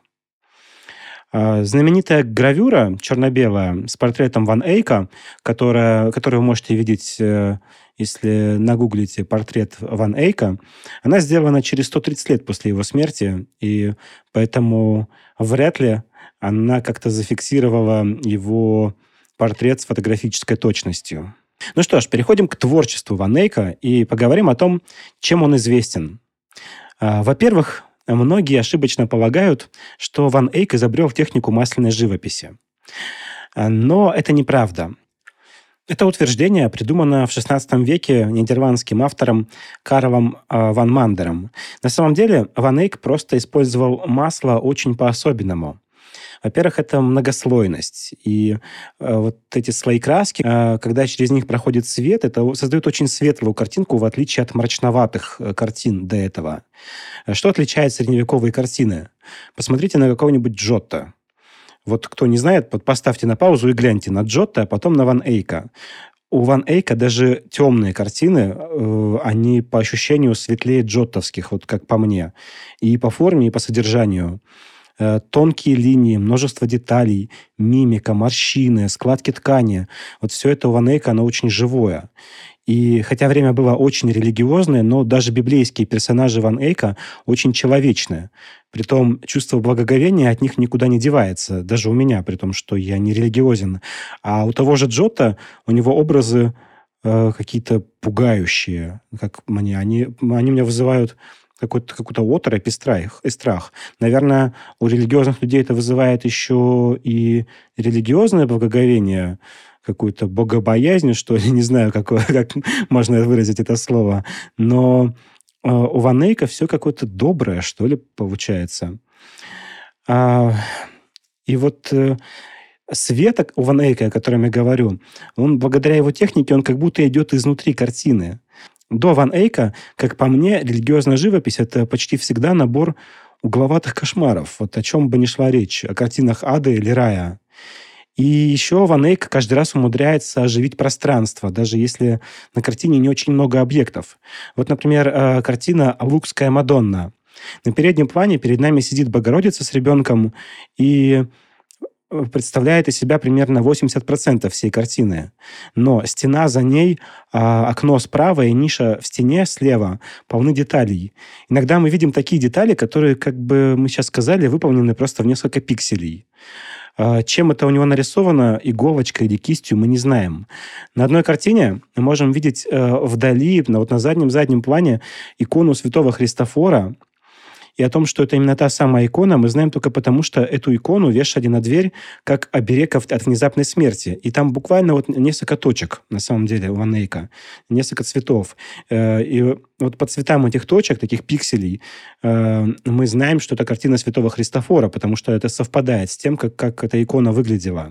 Знаменитая гравюра черно-белая с портретом ван Эйка, которую вы можете видеть, если нагуглите портрет ван Эйка, она сделана через 130 лет после его смерти, и поэтому вряд ли она как-то зафиксировала его портрет с фотографической точностью. Ну что ж, переходим к творчеству ван Эйка и поговорим о том, чем он известен. Во-первых, многие ошибочно полагают, что ван Эйк изобрел технику масляной живописи. Но это неправда. Это утверждение придумано в XVI веке нидерландским автором Карлом ван Мандером. На самом деле Ван Эйк просто использовал масло очень по-особенному. Во-первых, это многослойность. И вот эти слои краски, когда через них проходит свет, это создает очень светлую картинку, в отличие от мрачноватых картин до этого. Что отличает средневековые картины? Посмотрите на какого-нибудь Джотто. Вот кто не знает, поставьте на паузу и гляньте на Джотто, а потом на Ван Эйка. У Ван Эйка даже темные картины, они по ощущению светлее джоттовских, вот как по мне. И по форме, и по содержанию. Тонкие линии, множество деталей, мимика, морщины, складки ткани. Вот все это у Ван Эйка, оно очень живое. И хотя время было очень религиозное, но даже библейские персонажи Ван Эйка очень человечные. Притом чувство благоговения от них никуда не девается. Даже у меня, при том, что я не религиозен. А у того же Джотто, у него образы какие-то пугающие, как мне. Они меня вызывают какую-то оторопь и страх. Наверное, у религиозных людей это вызывает еще и религиозное благоговение, какую-то богобоязнь, что ли, не знаю, как можно выразить это слово. Но у Ван Эйка все какое-то доброе, что ли, получается. И вот свет у Ван Эйка, о котором я говорю, он благодаря его технике, он как будто идет изнутри картины. До Ван Эйка, как по мне, религиозная живопись – это почти всегда набор угловатых кошмаров. Вот о чем бы ни шла речь, о картинах ада или рая. И еще Ван Эйк каждый раз умудряется оживить пространство, даже если на картине не очень много объектов. Вот, например, картина «Лукская Мадонна». На переднем плане перед нами сидит Богородица с ребенком и представляет из себя примерно 80% всей картины. Но стена за ней, окно справа и ниша в стене слева полны деталей. Иногда мы видим такие детали, которые, как бы мы сейчас сказали, выполнены просто в несколько пикселей. Чем это у него нарисовано, иголочкой или кистью, мы не знаем. На одной картине мы можем видеть вдали, на заднем плане, икону святого Христофора. И о том, что это именно та самая икона, мы знаем только потому, что эту икону вешали на дверь как оберег от внезапной смерти. И там буквально вот несколько точек, на самом деле, у Ван Эйка. Несколько цветов. И вот по цветам этих точек, таких пикселей, мы знаем, что это картина святого Христофора, потому что это совпадает с тем, как эта икона выглядела.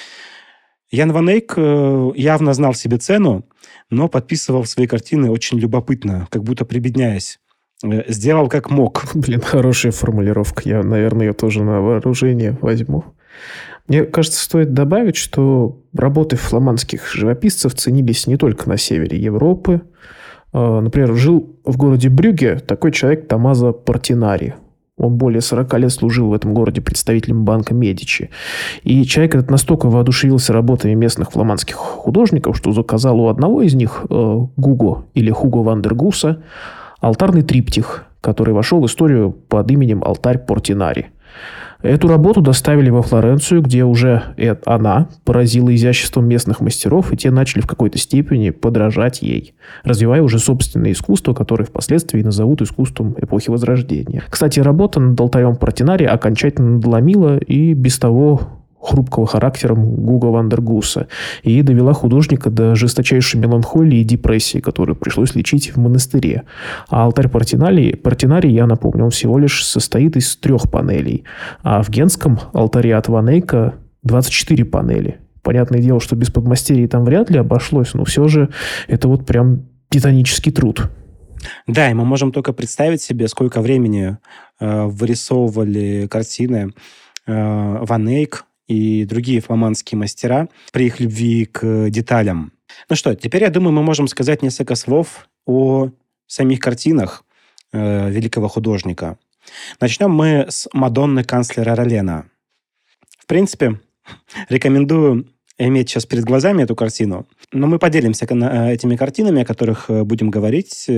Ян Ван Эйк явно знал себе цену, но подписывал свои картины очень любопытно, как будто прибедняясь. Сделал как мог. Блин, хорошая формулировка. Я, наверное, ее тоже на вооружение возьму. Мне кажется, стоит добавить, что работы фламандских живописцев ценились не только на севере Европы. Например, жил в городе Брюгге такой человек Томмазо Портинари. Он более 40 лет служил в этом городе представителем банка Медичи. И человек этот настолько воодушевился работами местных фламандских художников, что заказал у одного из них, Гуго или Хуго ван дер Гуса, алтарный триптих, который вошел в историю под именем «Алтарь Портинари». Эту работу доставили во Флоренцию, где уже она поразила изяществом местных мастеров, и те начали в какой-то степени подражать ей, развивая уже собственное искусство, которое впоследствии назовут искусством эпохи Возрождения. Кстати, работа над алтарем Портинари окончательно надломила и без того хрупкого характером Гуго ван дер Гуса и довела художника до жесточайшей меланхолии и депрессии, которую пришлось лечить в монастыре. А алтарь Портинари, я напомню, он всего лишь состоит из 3 панелей, а в Генском алтаре от Ван Эйка 24 панели. Понятное дело, что без подмастерий там вряд ли обошлось, но все же это вот прям титанический труд. Да, и мы можем только представить себе, сколько времени вырисовывали картины Ван Эйк и другие фламандские мастера при их любви к деталям. Ну что, теперь, я думаю, мы можем сказать несколько слов о самих картинах великого художника. Начнем мы с Мадонны канцлера Ролена. В принципе, рекомендую иметь сейчас перед глазами эту картину, но мы поделимся этими картинами, о которых будем говорить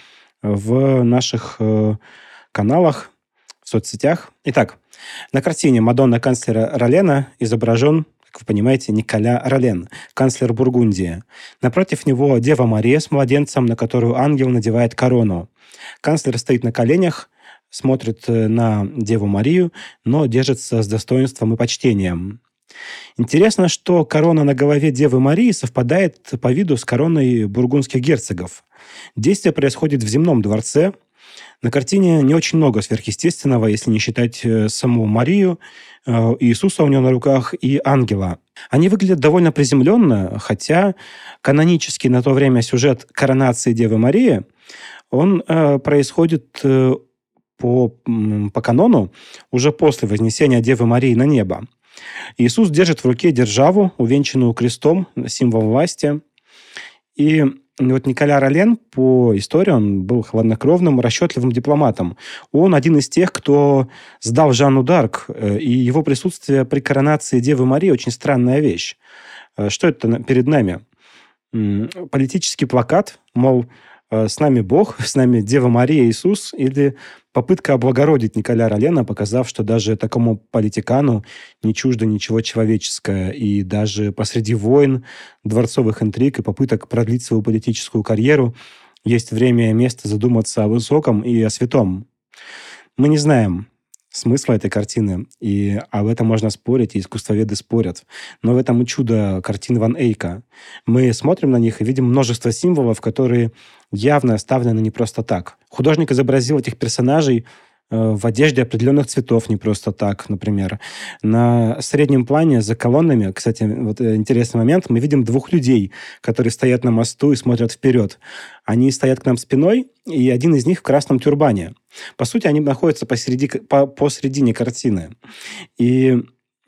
в наших каналах, в соцсетях. Итак, на картине Мадонна канцлера Ролена изображен, как вы понимаете, Николя Ролен, канцлер Бургундии. Напротив него Дева Мария с младенцем, на которую ангел надевает корону. Канцлер стоит на коленях, смотрит на Деву Марию, но держится с достоинством и почтением. Интересно, что корона на голове Девы Марии совпадает по виду с короной бургундских герцогов. Действие происходит в земном дворце. На картине не очень много сверхъестественного, если не считать саму Марию, Иисуса у нее на руках и ангела. Они выглядят довольно приземленно, хотя канонический на то время сюжет коронации Девы Марии, он происходит по канону уже после вознесения Девы Марии на небо. Иисус держит в руке державу, увенчанную крестом, символ власти. И вот Николя Ролен, по истории, он был хладнокровным, расчетливым дипломатом. Он один из тех, кто сдал Жанну д'Арк, и его присутствие при коронации Девы Марии очень странная вещь. Что это перед нами? Политический плакат, мол, с нами Бог, с нами Дева Мария, Иисус, или попытка облагородить Николя Ролена, показав, что даже такому политикану не чуждо ничего человеческое, и даже посреди войн, дворцовых интриг и попыток продлить свою политическую карьеру есть время и место задуматься о высоком и о святом. Мы не знаем смысла этой картины, и об этом можно спорить, и искусствоведы спорят. Но в этом и чудо картин Ван Эйка. Мы смотрим на них и видим множество символов, которые явно оставлены не просто так. Художник изобразил этих персонажей в одежде определенных цветов не просто так, например. На среднем плане за колоннами, кстати, вот интересный момент, мы видим двух людей, которые стоят на мосту и смотрят вперед. Они стоят к нам спиной, и один из них в красном тюрбане. По сути, они находятся посередине картины. И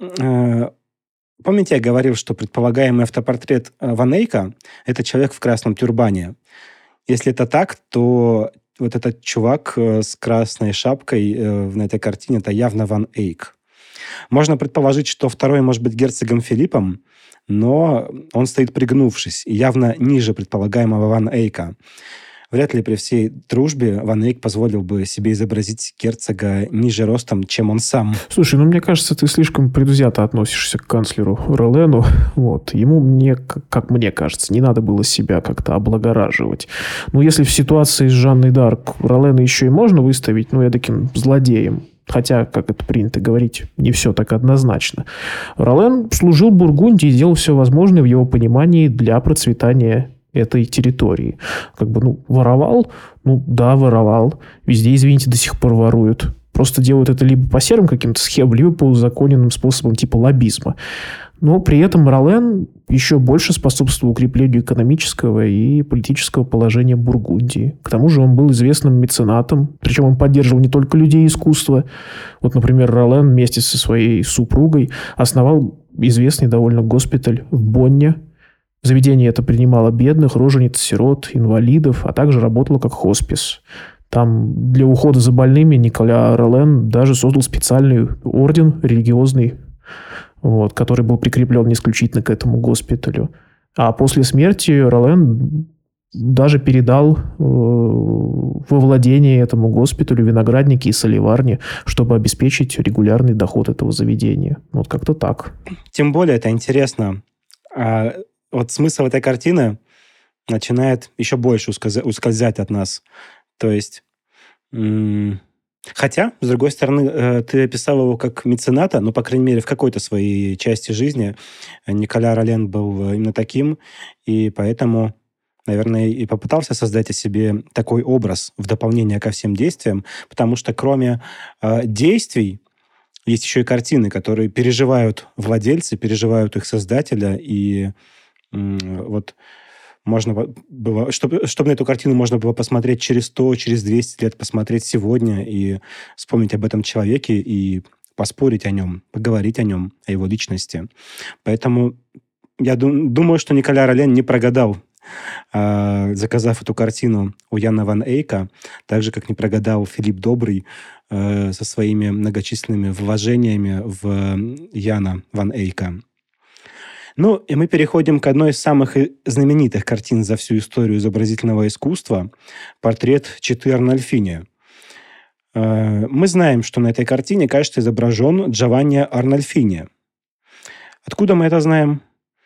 помните, я говорил, что предполагаемый автопортрет Ван Эйка – это человек в красном тюрбане. Если это так, то вот этот чувак с красной шапкой на этой картине – это явно Ван Эйк. Можно предположить, что второй может быть герцогом Филиппом, но он стоит пригнувшись, и явно ниже предполагаемого Ван Эйка. Вряд ли при всей дружбе Ван Эйк позволил бы себе изобразить герцога ниже ростом, чем он сам. Слушай, мне кажется, ты слишком предвзято относишься к канцлеру Ролену. Вот. Ему, как мне кажется, не надо было себя как-то облагораживать. Если в ситуации с Жанной д'Арк Ролена еще и можно выставить, таким злодеем, хотя, как это принято говорить, не все так однозначно. Ролен служил Бургундии и делал все возможное в его понимании для процветания этой территории. Воровал? Да, воровал. Везде, извините, до сих пор воруют. Просто делают это либо по серым каким-то схемам, либо по узаконенным способам типа лоббизма. Но при этом Ролен еще больше способствовал укреплению экономического и политического положения Бургундии. К тому же он был известным меценатом, причем он поддерживал не только людей искусства. Вот, например, Ролен вместе со своей супругой основал известный довольно госпиталь в Бонне. Заведение это принимало бедных, рожениц, сирот, инвалидов, а также работало как хоспис. Там для ухода за больными Николя Ролен даже создал специальный орден религиозный, который был прикреплен исключительно к этому госпиталю. А после смерти Ролен даже передал во владение этому госпиталю виноградники и соливарни, чтобы обеспечить регулярный доход этого заведения. Как-то так. Тем более это интересно. Смысл этой картины начинает еще больше ускользать от нас. То есть, хотя, с другой стороны, ты описал его как мецената, по крайней мере, в какой-то своей части жизни Николя Ролен был именно таким, и поэтому, наверное, и попытался создать о себе такой образ в дополнение ко всем действиям, потому что кроме действий есть еще и картины, которые переживают владельцы, переживают их создателя, и можно было, чтобы на эту картину можно было посмотреть через 100, через 200 лет, посмотреть сегодня и вспомнить об этом человеке и поспорить о нем, поговорить о нем, о его личности. Поэтому я думаю, что Николя Ролен не прогадал, заказав эту картину у Яна Ван Эйка, так же, как не прогадал Филипп Добрый со своими многочисленными вложениями в Яна Ван Эйка. И мы переходим к одной из самых знаменитых картин за всю историю изобразительного искусства – портрет Читы Арнольфини. Мы знаем, что на этой картине, кажется, изображен Джованни Арнольфини. Откуда мы это знаем?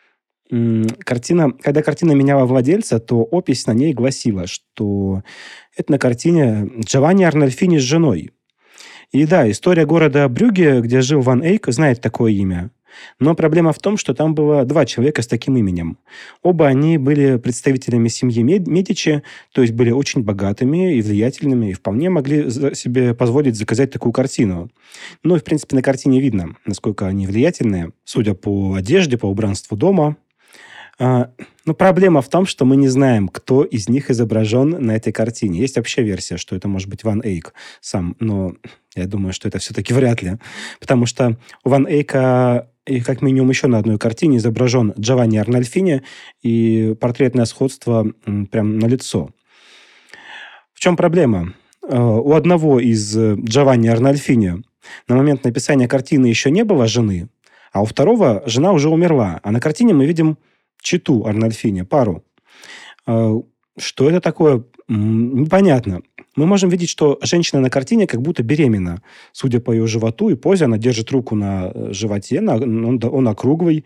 Когда картина меняла владельца, то опись на ней гласила, что это на картине Джованни Арнольфини с женой. И да, история города Брюгге, где жил Ван Эйк, знает такое имя. Но проблема в том, что там было два человека с таким именем. Оба они были представителями семьи Медичи, то есть были очень богатыми и влиятельными, и вполне могли себе позволить заказать такую картину. Ну и, в принципе, на картине видно, насколько они влиятельные, судя по одежде, по убранству дома. Но проблема в том, что мы не знаем, кто из них изображен на этой картине. Есть вообще версия, что это может быть Ван Эйк сам, но я думаю, что это все-таки вряд ли. Потому что у Ван Эйка и как минимум еще на одной картине изображен Джованни Арнольфини, и портретное сходство прям налицо. В чем проблема? У одного из Джованни Арнольфини на момент написания картины еще не было жены, а у второго жена уже умерла. А на картине мы видим чету Арнольфини, пару. Что это такое? Непонятно. Мы можем видеть, что женщина на картине как будто беременна. Судя по ее животу и позе, она держит руку на животе, он округлый.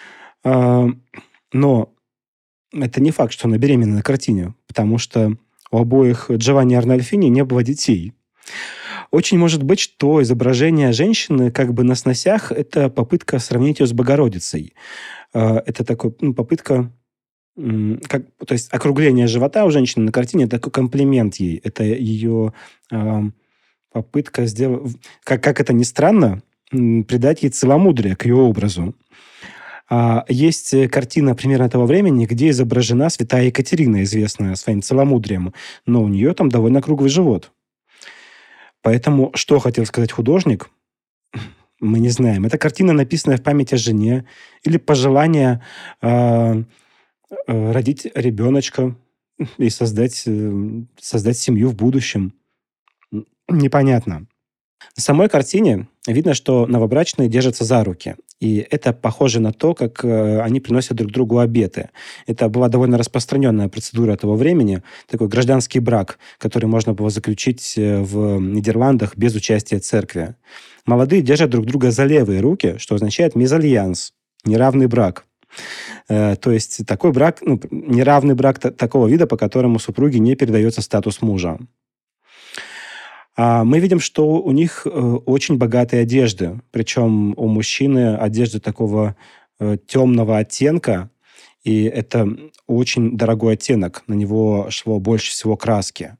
Но это не факт, что она беременна на картине, потому что у обоих Джованни Арнольфини не было детей. Очень может быть, что изображение женщины как бы на сносях – это попытка сравнить ее с Богородицей. Это такая попытка, то есть округление живота у женщины на картине – это такой комплимент ей. Это ее попытка сделать, как это ни странно, придать ей целомудрие к ее образу. Есть картина примерно того времени, где изображена святая Екатерина, известная своим целомудрием, но у нее там довольно круглый живот. Поэтому, что хотел сказать художник, мы не знаем. Это картина, написанная в память о жене, или пожелание родить ребеночка и создать семью в будущем. Непонятно. На самой картине видно, что новобрачные держатся за руки. И это похоже на то, как они приносят друг другу обеты. Это была довольно распространенная процедура того времени, такой гражданский брак, который можно было заключить в Нидерландах без участия церкви. Молодые держат друг друга за левые руки, что означает мезальянс, неравный брак. То есть такой брак, неравный брак такого вида, по которому супруге не передается статус мужа. Мы видим, что у них очень богатые одежды. Причем у мужчины одежда такого темного оттенка, и это очень дорогой оттенок. На него шло больше всего краски.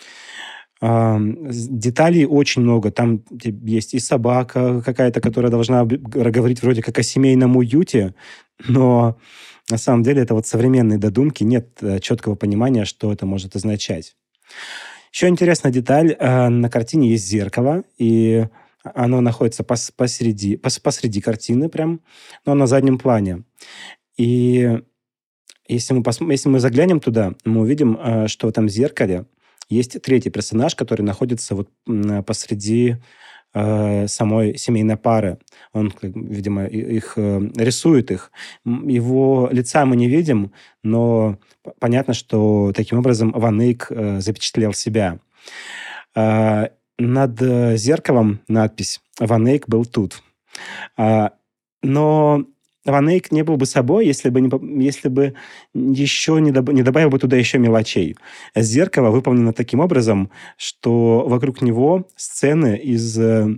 Деталей очень много. Там есть и собака какая-то, которая должна говорить вроде как о семейном уюте, но на самом деле это вот современные додумки, нет четкого понимания, что это может означать. Еще интересная деталь. На картине есть зеркало, и оно находится посреди картины прям, но на заднем плане. И если мы заглянем туда, мы увидим, что в этом зеркале есть третий персонаж, который находится вот посреди самой семейной пары. Он, видимо, рисует их. Его лица мы не видим, но понятно, что таким образом Ван Эйк запечатлел себя. Над зеркалом надпись «Ван Эйк был тут». Но Ван Эйк не был бы собой, если бы еще не добавил бы туда еще мелочей. Зеркало выполнено таким образом, что вокруг него сцены из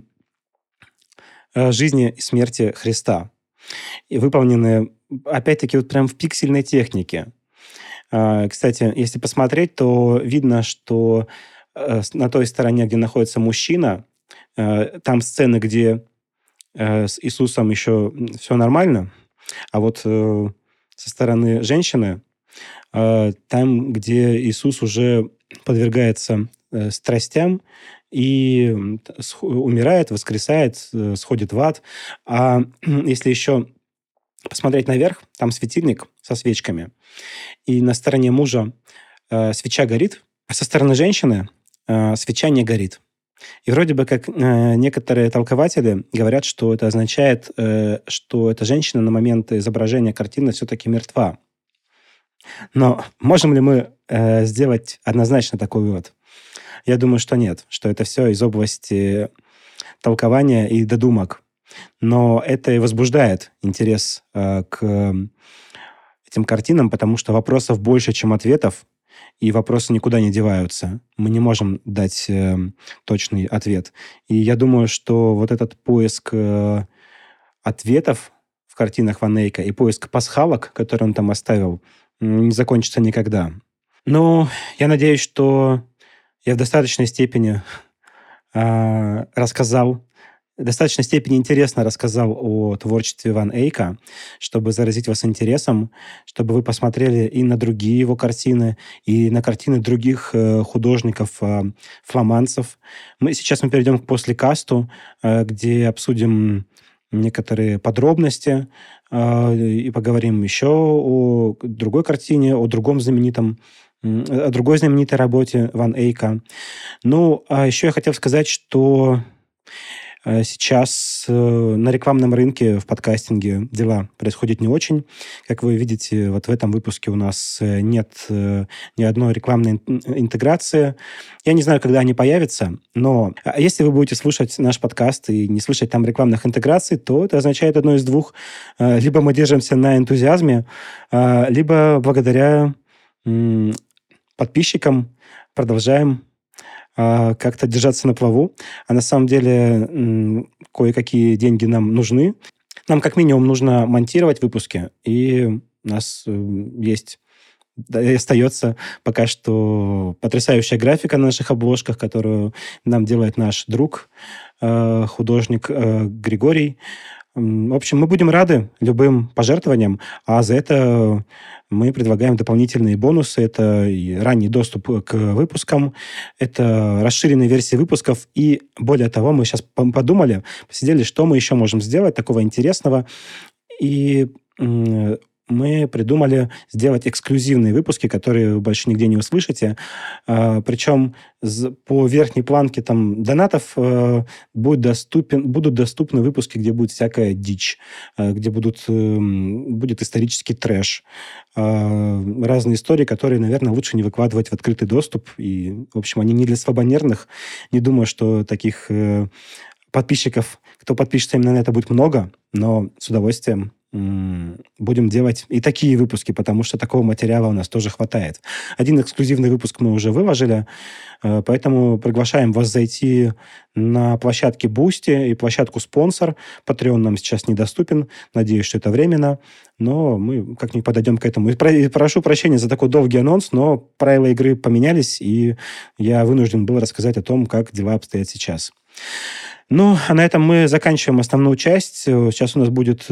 жизни и смерти Христа. И выполнены, опять-таки, вот прям в пиксельной технике. Кстати, если посмотреть, то видно, что на той стороне, где находится мужчина, там сцены, где с Иисусом еще все нормально, а вот со стороны женщины, там, где Иисус уже подвергается страстям и умирает, воскресает, сходит в ад. А если еще посмотреть наверх, там светильник со свечками, и на стороне мужа свеча горит, а со стороны женщины свеча не горит. И вроде бы как некоторые толкователи говорят, что это означает, что эта женщина на момент изображения картины все-таки мертва. Но можем ли мы сделать однозначно такой вывод? Я думаю, что нет, что это все из области толкования и додумок. Но это и возбуждает интерес к этим картинам, потому что вопросов больше, чем ответов, и вопросы никуда не деваются. Мы не можем дать точный ответ. И я думаю, что вот этот поиск ответов в картинах Ван Эйка и поиск пасхалок, которые он там оставил, не закончится никогда. Но я надеюсь, что я в достаточной степени в достаточной степени интересно рассказал о творчестве Ван Эйка, чтобы заразить вас интересом, чтобы вы посмотрели и на другие его картины, и на картины других художников, фламандцев. Сейчас мы перейдем к послекасту, где обсудим некоторые подробности и поговорим еще о другой картине, о другой знаменитой работе Ван Эйка. Ну, а еще я хотел сказать, что сейчас на рекламном рынке в подкастинге дела происходят не очень. Как вы видите, вот в этом выпуске у нас нет ни одной рекламной интеграции. Я не знаю, когда они появятся, но если вы будете слушать наш подкаст и не слышать там рекламных интеграций, то это означает одно из двух. Либо мы держимся на энтузиазме, либо благодаря подписчикам продолжаем как-то держаться на плаву. А на самом деле кое-какие деньги нам нужны. Нам как минимум нужно монтировать выпуски. И у нас есть и остается пока что потрясающая графика на наших обложках, которую нам делает наш друг, художник Григорий. В общем, мы будем рады любым пожертвованиям, а за это мы предлагаем дополнительные бонусы. Это и ранний доступ к выпускам, это расширенные версии выпусков. И более того, мы сейчас подумали, посидели, что мы еще можем сделать такого интересного. И мы придумали сделать эксклюзивные выпуски, которые вы больше нигде не услышите. Причем по верхней планке там донатов будут доступны выпуски, где будет всякая дичь, где будет исторический трэш, разные истории, которые, наверное, лучше не выкладывать в открытый доступ. И, в общем, они не для слабонервных. Не думаю, что таких подписчиков, кто подпишется именно на это, будет много, но с удовольствием будем делать и такие выпуски, потому что такого материала у нас тоже хватает. Один эксклюзивный выпуск мы уже выложили, поэтому приглашаем вас зайти на площадке Boosty и площадку Спонсор. Patreon нам сейчас недоступен. Надеюсь, что это временно, но мы как-нибудь подойдем к этому. И прошу прощения за такой долгий анонс, но правила игры поменялись, и я вынужден был рассказать о том, как дела обстоят сейчас. Ну, а на этом мы заканчиваем основную часть. Сейчас у нас будет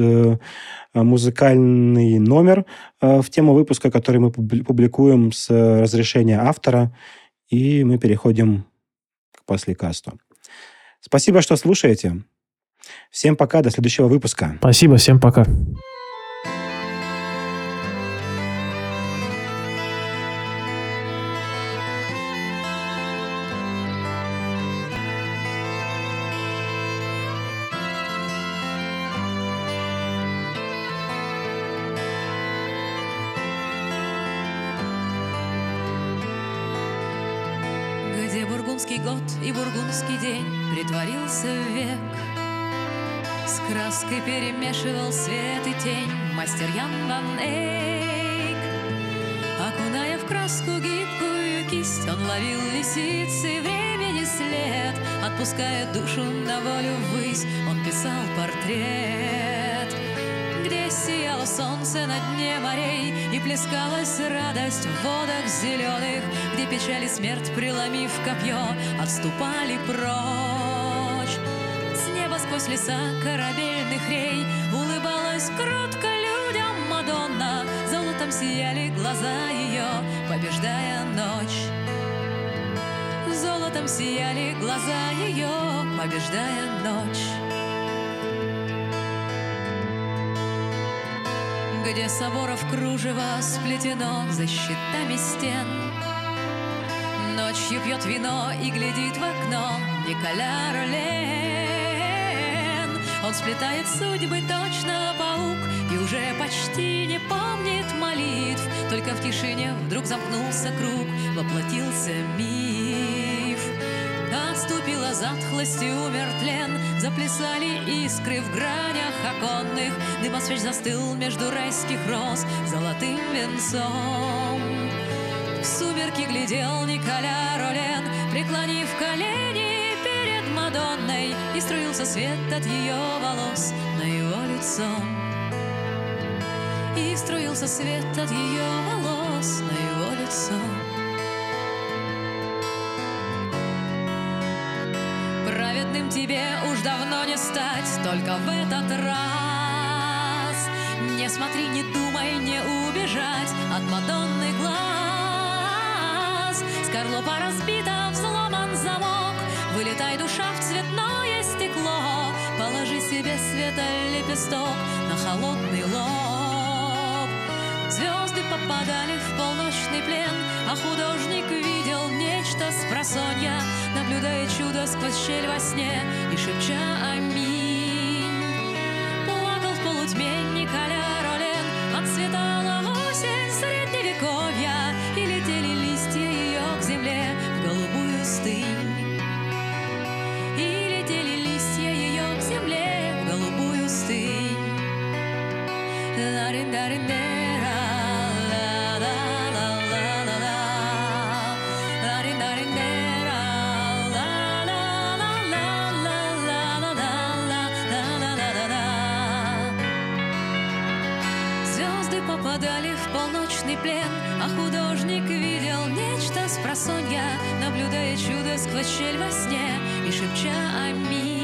музыкальный номер в тему выпуска, который мы публикуем с разрешения автора, и мы переходим к послекасту. Спасибо, что слушаете. Всем пока, до следующего выпуска. Спасибо, всем пока. Бургундский год и бургундский день притворился в век. С краской перемешивал свет и тень мастер Ян Ван Эйк. Окуная в краску гибкую кисть, он ловил лисицы времени след. Отпуская душу на волю ввысь, он писал портрет. Где сияло солнце на дне морей и плескалась радость в водах зеленых, где печаль и смерть, преломив копье, отступали прочь. С неба сквозь леса корабельных рей улыбалась кротко людям Мадонна. Золотом сияли глаза ее, побеждая ночь. Золотом сияли глаза ее, побеждая ночь. Где соборов кружево сплетено за щитами стен. Ночью пьет вино и глядит в окно Николя Ролен. Он сплетает судьбы точно паук и уже почти не помнит молитв. Только в тишине вдруг замкнулся круг, воплотился миф. Отступила затхлость и умер тлен, заплясали искры в гранях оконных. Дым от свеч застыл между райских роз золотым венцом. В сумерки глядел Николя Ролен, преклонив колени перед Мадонной. Мадонной, и струился свет от ее волос на его лицо. И струился свет от ее волос на его лицо. Праведным тебе уж давно не стать, только в этот раз не смотри, не думай, не убежать от Мадонны глаз. Скорлупа разбита, взломан замок, вылетай, душа, в цветное стекло. Положи себе светолепесток на холодный лоб. Звезды попадали в полночный плен, а художник видел нечто спросонья, наблюдая чудо сквозь щель во сне и шепча аминь. Плакал в полутьме Николя Ролен, отцветала осень средневековья, и летели листья ее к земле в голубую стынь. И летели листья ее к земле в голубую стынь. Ларин-дарин-дера, ла-ла-ла-ла-ла-ла, ларин-дарин-дера, ла-ла-ла-ла-ла-ла-ла-ла-ла-ла-ла. Звезды попадали в полночный плен, а художник видел нечто спросонья, наблюдая чудо сквозь щель во сне и шепча аминь.